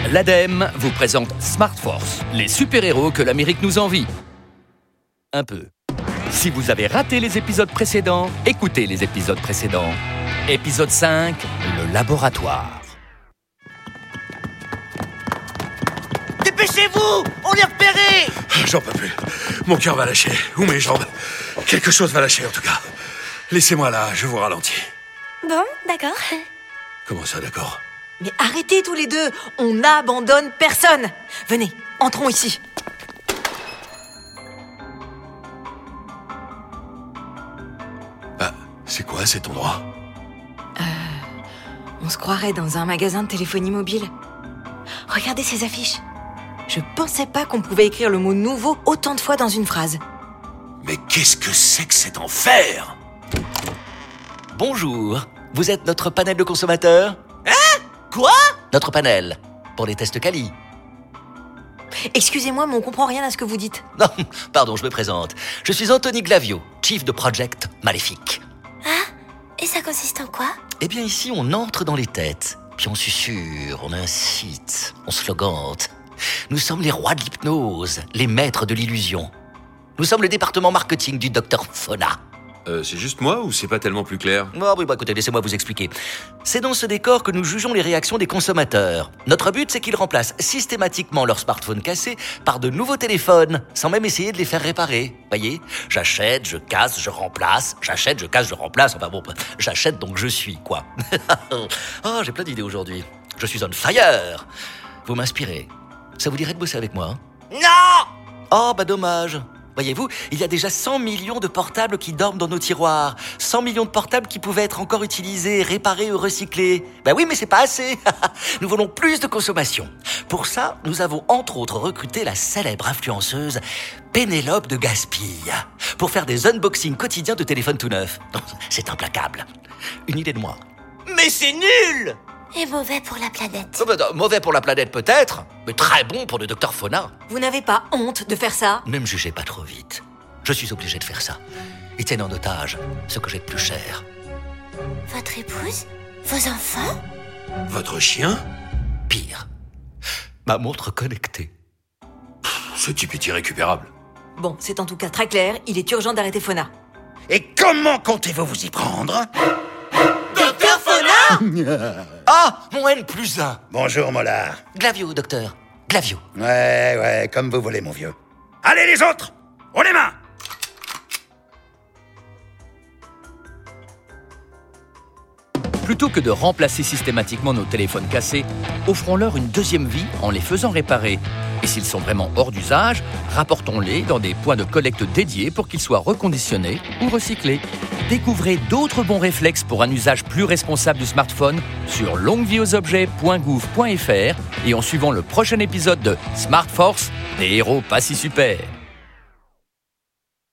L'ADEME vous présente Smart Force, les super-héros que l'Amérique nous envie. Un peu. Si vous avez raté les épisodes précédents, écoutez les épisodes précédents. Épisode 5, le laboratoire. Dépêchez-vous! On est repéré! J'en peux plus. Mon cœur va lâcher. Ou mes jambes. Quelque chose va lâcher en tout cas. Laissez-moi là, je vous ralentis. Bon, d'accord. Comment ça, d'accord? Mais arrêtez tous les deux! On n'abandonne personne! Venez, entrons ici. Ah, c'est quoi cet endroit? On se croirait dans un magasin de téléphonie mobile. Regardez ces affiches. Je pensais pas qu'on pouvait écrire le mot nouveau autant de fois dans une phrase. Mais qu'est-ce que c'est que cet enfer? Bonjour, vous êtes notre panel de consommateurs? Quoi? Notre panel, pour les tests quali. Excusez-moi, mais on comprend rien à ce que vous dites. Non, pardon, je me présente. Je suis Anthony Glavio, Chief de Project Maléfique. Ah, et ça consiste en quoi? Eh bien ici, on entre dans les têtes, puis on susurre, on incite, on slogante. Nous sommes les rois de l'hypnose, les maîtres de l'illusion. Nous sommes le département marketing du Dr Fauna. C'est juste moi ou c'est pas tellement plus clair? Oh oui, écoutez, laissez-moi vous expliquer. C'est dans ce décor que nous jugeons les réactions des consommateurs. Notre but, c'est qu'ils remplacent systématiquement leur smartphone cassé par de nouveaux téléphones, sans même essayer de les faire réparer. Voyez? J'achète, je casse, je remplace. J'achète, je casse, je remplace. Enfin bon, j'achète donc je suis, quoi. Oh, j'ai plein d'idées aujourd'hui. Je suis on fire. Vous m'inspirez. Ça vous dirait de bosser avec moi, hein? Non! Oh, bah dommage. Voyez-vous, il y a déjà 100 millions de portables qui dorment dans nos tiroirs. 100 millions de portables qui pouvaient être encore utilisés, réparés ou recyclés. Ben oui, mais c'est pas assez. Nous voulons plus de consommation. Pour ça, nous avons entre autres recruté la célèbre influenceuse Pénélope de Gaspille pour faire des unboxings quotidiens de téléphones tout neufs. C'est implacable. Une idée de moi. Mais c'est nul! Et mauvais pour la planète. Mauvais pour la planète peut-être, mais très bon pour le Dr Fauna. Vous n'avez pas honte de faire ça? Ne me jugez pas trop vite. Je suis obligé de faire ça. Ils tiennent en otage ce que j'ai de plus cher. Votre épouse? Vos enfants? Votre chien? Pire. Ma montre connectée. Ce type est irrécupérable. Bon, c'est en tout cas très clair, il est urgent d'arrêter Fauna. Et comment comptez-vous vous y prendre? Docteur Fauna! Ah, mon N+1. Bonjour, Mollard. Glavio, docteur. Glavio. Ouais, comme vous voulez, mon vieux. Allez, les autres! On les mains! Plutôt que de remplacer systématiquement nos téléphones cassés, offrons-leur une deuxième vie en les faisant réparer. Et s'ils sont vraiment hors d'usage, rapportons-les dans des points de collecte dédiés pour qu'ils soient reconditionnés ou recyclés. Découvrez d'autres bons réflexes pour un usage plus responsable du smartphone sur longuevieauxobjets.gouv.fr et en suivant le prochain épisode de Smart Force, des héros pas si super.